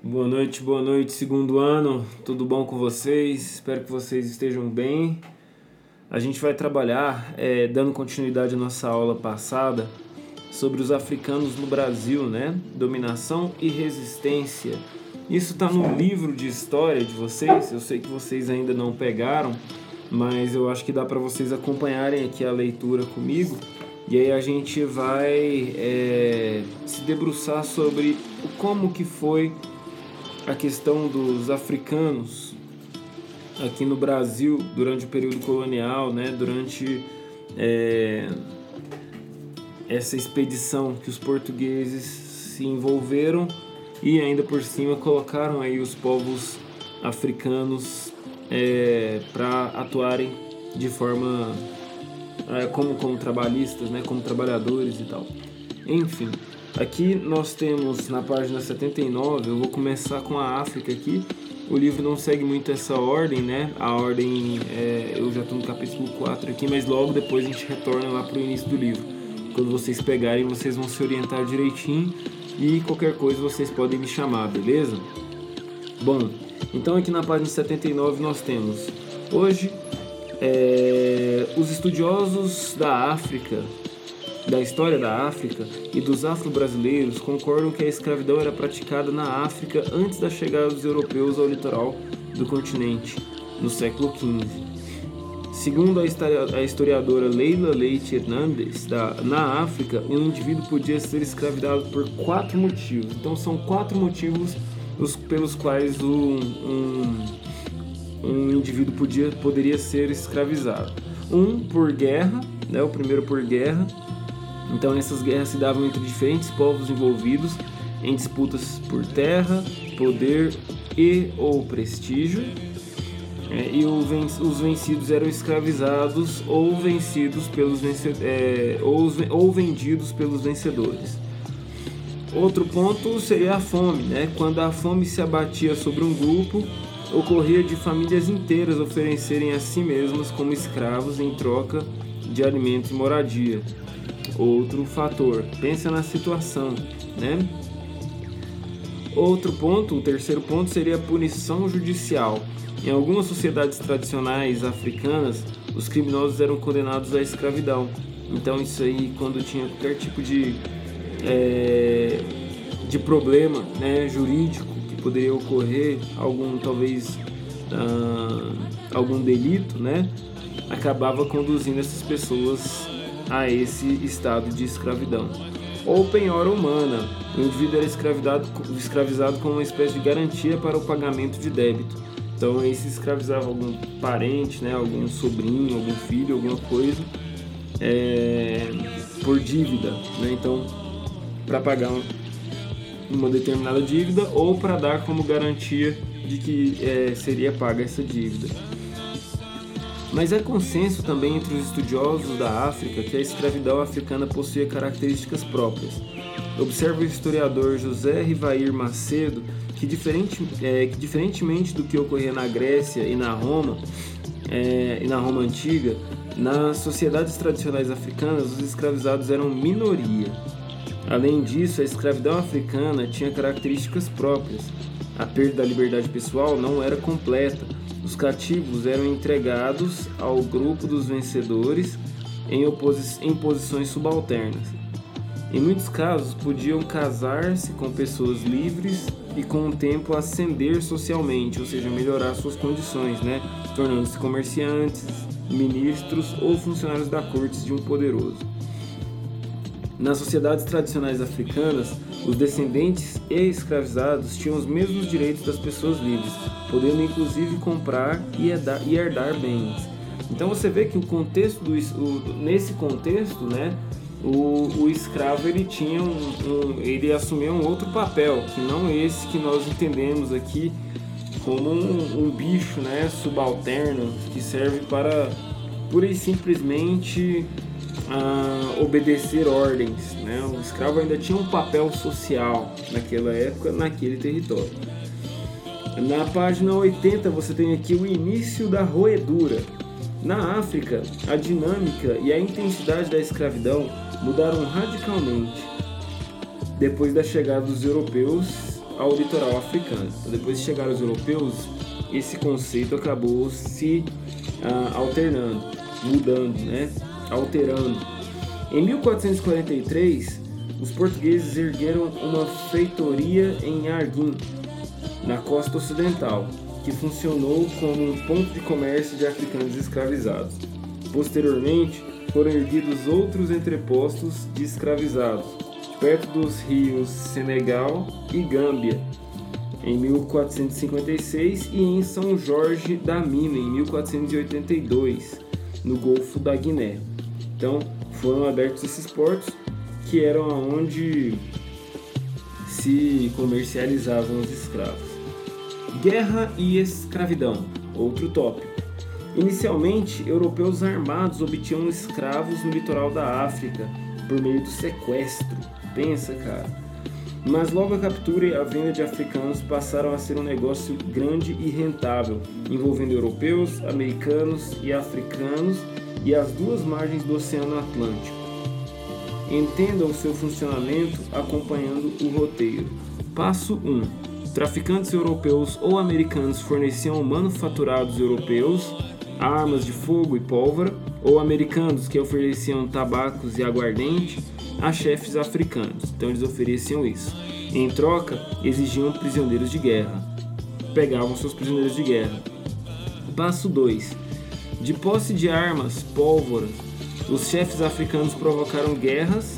Boa noite, segundo ano, tudo bom com vocês? Espero que vocês estejam bem. A gente vai trabalhar, dando continuidade à nossa aula passada, sobre os africanos no Brasil, né? Dominação e resistência. Isso está no livro de história de vocês, eu sei que vocês ainda não pegaram, mas eu acho que dá para vocês acompanharem aqui a leitura comigo. E aí a gente vai se debruçar sobre como que foi a questão dos africanos aqui no Brasil durante o período colonial, né? Durante essa expedição que os portugueses se envolveram e ainda por cima colocaram aí os povos africanos para atuarem de forma como trabalhistas, né? Como trabalhadores e tal. Enfim, aqui nós temos na página 79, eu vou começar com a África aqui. O livro não segue muito essa ordem, né? A ordem, eu já estou no capítulo 4 aqui, mas logo depois a gente retorna lá para o início do livro. Quando vocês pegarem, vocês vão se orientar direitinho e qualquer coisa vocês podem me chamar, beleza? Bom, então aqui na página 79 nós temos, hoje, os estudiosos da África, da história da África e dos afro-brasileiros concordam que a escravidão era praticada na África antes da chegada dos europeus ao litoral do continente, no século XV. Segundo a historiadora Leila Leite Hernandes, na África, um indivíduo podia ser escravizado por 4 motivos. Então são 4 motivos pelos quais um indivíduo poderia ser escravizado. Por guerra, né? O primeiro por guerra. Então essas guerras se davam entre diferentes povos envolvidos em disputas por terra, poder ou prestígio, e os vencidos eram escravizados ou vendidos pelos vencedores. Outro ponto seria a fome, né? Quando a fome se abatia sobre um grupo, ocorria de famílias inteiras oferecerem a si mesmas como escravos em troca de alimento e moradia. Outro fator, pensa na situação, né? Outro ponto, o terceiro ponto, seria a punição judicial. Em algumas sociedades tradicionais africanas, os criminosos eram condenados à escravidão. Então isso aí, quando tinha qualquer tipo de problema, né, jurídico que poderia ocorrer, algum delito, né, acabava conduzindo essas pessoas a esse estado de escravidão. Ou penhora humana, o indivíduo era escravizado como uma espécie de garantia para o pagamento de débito. Então aí se escravizava algum parente, né, algum sobrinho, algum filho, alguma coisa, por dívida, né? Então, para pagar uma determinada dívida ou para dar como garantia de que seria paga essa dívida. Mas é consenso também entre os estudiosos da África que a escravidão africana possuía características próprias. Observa o historiador José Rivair Macedo que diferentemente do que ocorria na Grécia e na Roma Antiga, nas sociedades tradicionais africanas os escravizados eram minoria. Além disso, a escravidão africana tinha características próprias. A perda da liberdade pessoal não era completa. Os cativos eram entregados ao grupo dos vencedores em posições subalternas. Em muitos casos, podiam casar-se com pessoas livres e com o tempo ascender socialmente, ou seja, melhorar suas condições, né? Tornando-se comerciantes, ministros ou funcionários da corte de um poderoso. Nas sociedades tradicionais africanas, os descendentes e escravizados tinham os mesmos direitos das pessoas livres, podendo inclusive comprar e herdar bens. Então você vê que nesse contexto, né, o escravo ele assumia um outro papel, que não esse que nós entendemos aqui como um bicho, né, subalterno, que serve para pura e simplesmente obedecer ordens, né? O escravo ainda tinha um papel social naquela época, naquele território. Na página 80 você tem aqui o início da roedura. Na África, a dinâmica e a intensidade da escravidão mudaram radicalmente depois da chegada dos europeus ao litoral africano. Então, depois de chegar os europeus, esse conceito acabou se alterando. Em 1443, os portugueses ergueram uma feitoria em Arguim, na costa ocidental, que funcionou como um ponto de comércio de africanos escravizados. Posteriormente, foram erguidos outros entrepostos de escravizados, perto dos rios Senegal e Gâmbia, em 1456, e em São Jorge da Mina, em 1482, no Golfo da Guiné. Então, foram abertos esses portos, que eram onde se comercializavam os escravos. Guerra e escravidão, outro tópico. Inicialmente, europeus armados obtinham escravos no litoral da África por meio do sequestro. Pensa, cara. Mas logo a captura e a venda de africanos passaram a ser um negócio grande e rentável, envolvendo europeus, americanos e africanos e as duas margens do Oceano Atlântico. Entenda o seu funcionamento acompanhando o roteiro. Passo 1. Traficantes europeus ou americanos forneciam manufaturados europeus, armas de fogo e pólvora, ou americanos que ofereciam tabacos e aguardente a chefes africanos. Então eles ofereciam isso. Em troca, exigiam prisioneiros de guerra. Pegavam seus prisioneiros de guerra. Passo 2. De posse de armas, pólvora, os chefes africanos provocavam guerras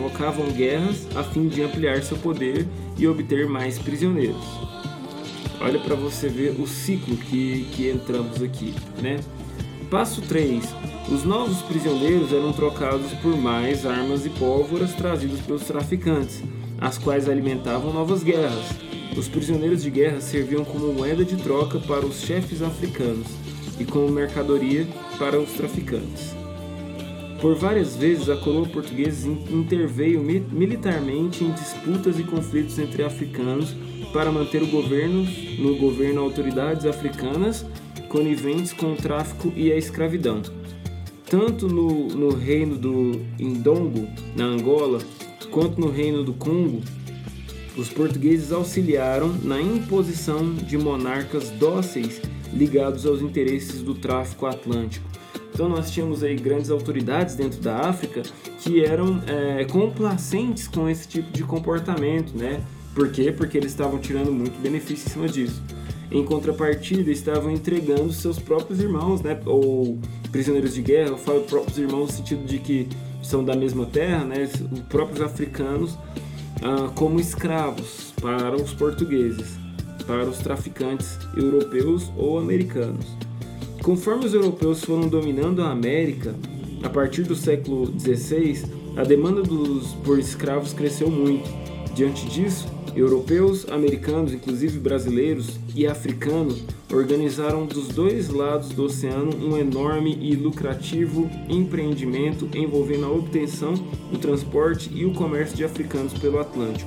a fim de ampliar seu poder e obter mais prisioneiros. Olha para você ver o ciclo que entramos aqui, né? Passo 3. Os novos prisioneiros eram trocados por mais armas e pólvoras trazidas pelos traficantes, as quais alimentavam novas guerras. Os prisioneiros de guerra serviam como moeda de troca para os chefes africanos e como mercadoria para os traficantes. Por várias vezes, a coroa portuguesa interveio militarmente em disputas e conflitos entre africanos para manter no governo autoridades africanas coniventes com o tráfico e a escravidão. Tanto no reino do Indongo, na Angola, quanto no reino do Congo, os portugueses auxiliaram na imposição de monarcas dóceis ligados aos interesses do tráfico atlântico. Então nós tínhamos aí grandes autoridades dentro da África que eram complacentes com esse tipo de comportamento, né? Por quê? Porque eles estavam tirando muito benefício em cima disso. Em contrapartida, estavam entregando seus próprios irmãos, né? Ou prisioneiros de guerra. Eu falo próprios irmãos no sentido de que são da mesma terra, né? Os próprios africanos como escravos para os portugueses, para os traficantes europeus ou americanos. Conforme os europeus foram dominando a América, a partir do século XVI, a demanda por escravos cresceu muito. Diante disso, europeus, americanos, inclusive brasileiros e africanos, organizaram dos dois lados do oceano um enorme e lucrativo empreendimento envolvendo a obtenção, o transporte e o comércio de africanos pelo Atlântico.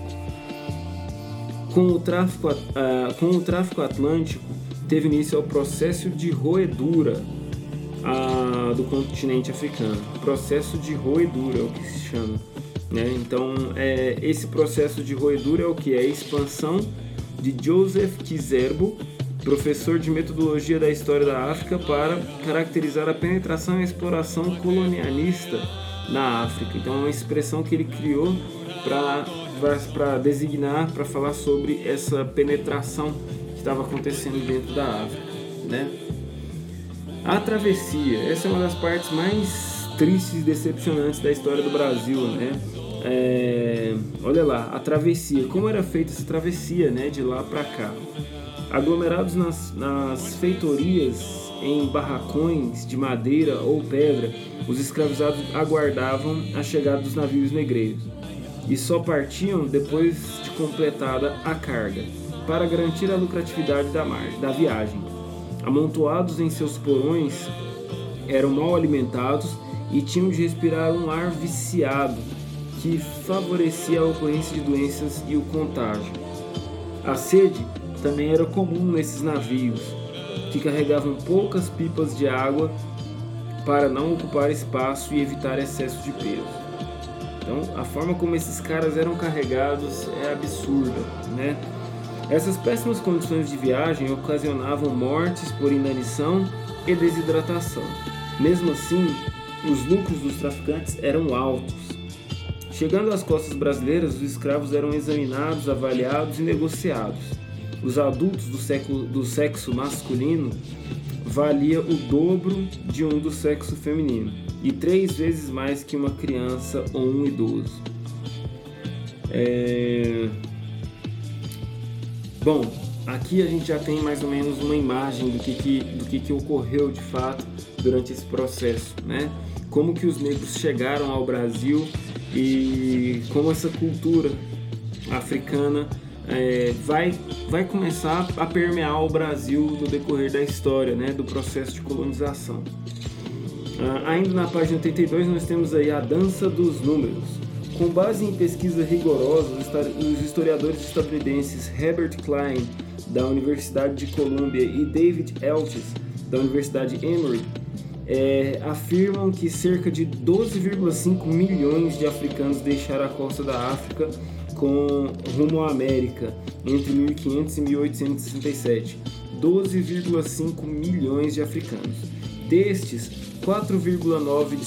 Com o tráfico atlântico, teve início ao processo de roedura do continente africano. Processo de roedura é o que se chama, né? Então, esse processo de roedura é o que? É a expansão de Joseph Kizerbo, professor de metodologia da história da África, para caracterizar a penetração e a exploração colonialista na África. Então, é uma expressão que ele criou para designar, para falar sobre essa penetração estava acontecendo dentro da África, né? A travessia, essa é uma das partes mais tristes e decepcionantes da história do Brasil, né? Olha lá, a travessia, como era feita essa travessia, né, de lá para cá? Aglomerados nas feitorias, em barracões de madeira ou pedra, os escravizados aguardavam a chegada dos navios negreiros e só partiam depois de completada a carga, para garantir a lucratividade da viagem. Amontoados em seus porões, eram mal alimentados e tinham de respirar um ar viciado, que favorecia a ocorrência de doenças e o contágio. A sede também era comum nesses navios, que carregavam poucas pipas de água para não ocupar espaço e evitar excesso de peso. Então, a forma como esses caras eram carregados é absurda, né? Essas péssimas condições de viagem ocasionavam mortes por inanição e desidratação. Mesmo assim, os lucros dos traficantes eram altos. Chegando às costas brasileiras, os escravos eram examinados, avaliados e negociados. Os adultos do sexo masculino valia o dobro de um do sexo feminino e 3 vezes mais que uma criança ou um idoso. Bom, aqui a gente já tem mais ou menos uma imagem do que ocorreu de fato durante esse processo, né? Como que os negros chegaram ao Brasil e como essa cultura africana vai começar a permear o Brasil no decorrer da história, né? Do processo de colonização. Ainda na página 82 nós temos aí a dança dos números. Com base em pesquisa rigorosa, os historiadores estadunidenses Herbert Klein, da Universidade de Colômbia, e David Eltis, da Universidade Emory, afirmam que cerca de 12,5 milhões de africanos deixaram a costa da África rumo à América entre 1500 e 1867. 12,5 milhões de africanos. Destes, 4,9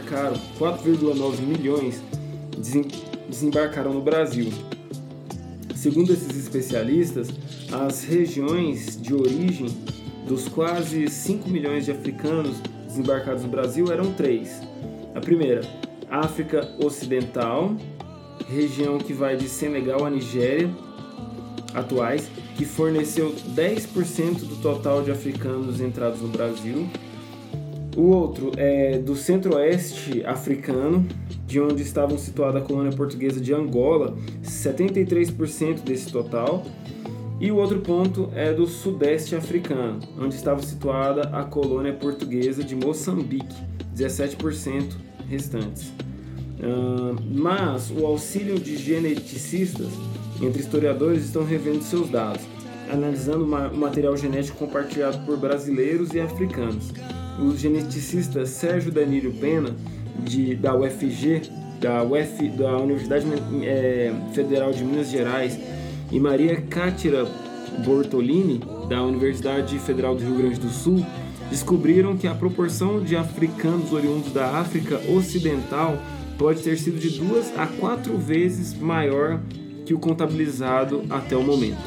milhões desembarcaram no Brasil. Segundo esses especialistas, as regiões de origem dos quase 5 milhões de africanos desembarcados no Brasil eram 3. A primeira, África Ocidental, região que vai de Senegal a Nigéria, atuais, que forneceu 10% do total de africanos entrados no Brasil. O outro é do Centro-Oeste africano, de onde estavam situada a colônia portuguesa de Angola, 73% desse total. E o outro ponto é do Sudeste africano, onde estava situada a colônia portuguesa de Moçambique, 17% restantes. Mas o auxílio de geneticistas, entre historiadores, estão revendo seus dados, analisando o material genético compartilhado por brasileiros e africanos. O geneticista Sérgio Danilo Pena, da UFG, da Universidade Federal de Minas Gerais, e Maria Cátira Bortolini, da Universidade Federal do Rio Grande do Sul, descobriram que a proporção de africanos oriundos da África Ocidental pode ter sido de 2 a 4 vezes maior que o contabilizado até o momento.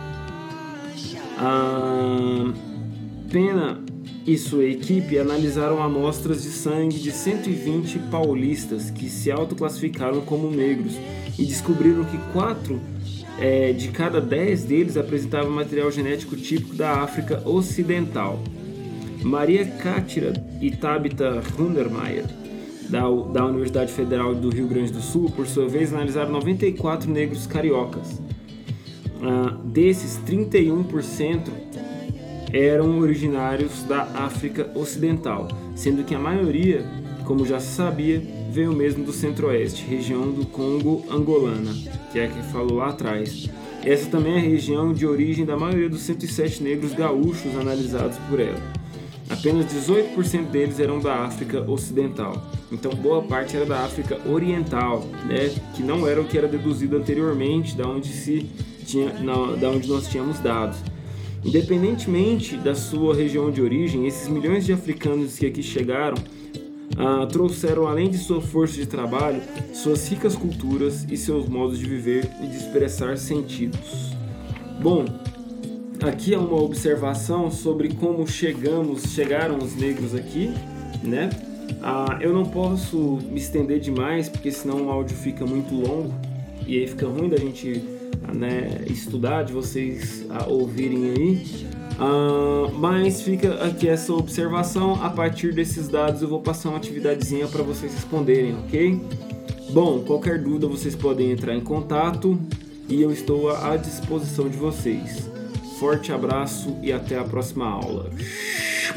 Pena e sua equipe analisaram amostras de sangue de 120 paulistas que se autoclassificaram como negros e descobriram que 4 de cada 10 deles apresentavam material genético típico da África Ocidental. Maria Cátira e Tabitha Hundermeyer, da Universidade Federal do Rio Grande do Sul, por sua vez, analisaram 94 negros cariocas. Desses, 31% eram originários da África Ocidental, sendo que a maioria, como já se sabia, veio mesmo do Centro-Oeste, região do Congo angolana, que é a que falou lá atrás. Essa também é a região de origem da maioria dos 107 negros gaúchos analisados por ela. Apenas 18% deles eram da África Ocidental. Então, boa parte era da África Oriental, né? Que não era o que era deduzido anteriormente, da onde nós tínhamos dados. Independentemente da sua região de origem, esses milhões de africanos que aqui chegaram trouxeram, além de sua força de trabalho, suas ricas culturas e seus modos de viver e de expressar sentidos. Bom, aqui é uma observação sobre como chegaram os negros aqui, né? Eu não posso me estender demais, porque senão o áudio fica muito longo e aí fica ruim da gente estudar, de vocês ouvirem aí. Mas fica aqui essa observação. A partir desses dados eu vou passar uma atividadezinha para vocês responderem, ok? Bom, qualquer dúvida vocês podem entrar em contato e eu estou à disposição de vocês. Forte abraço e até a próxima aula.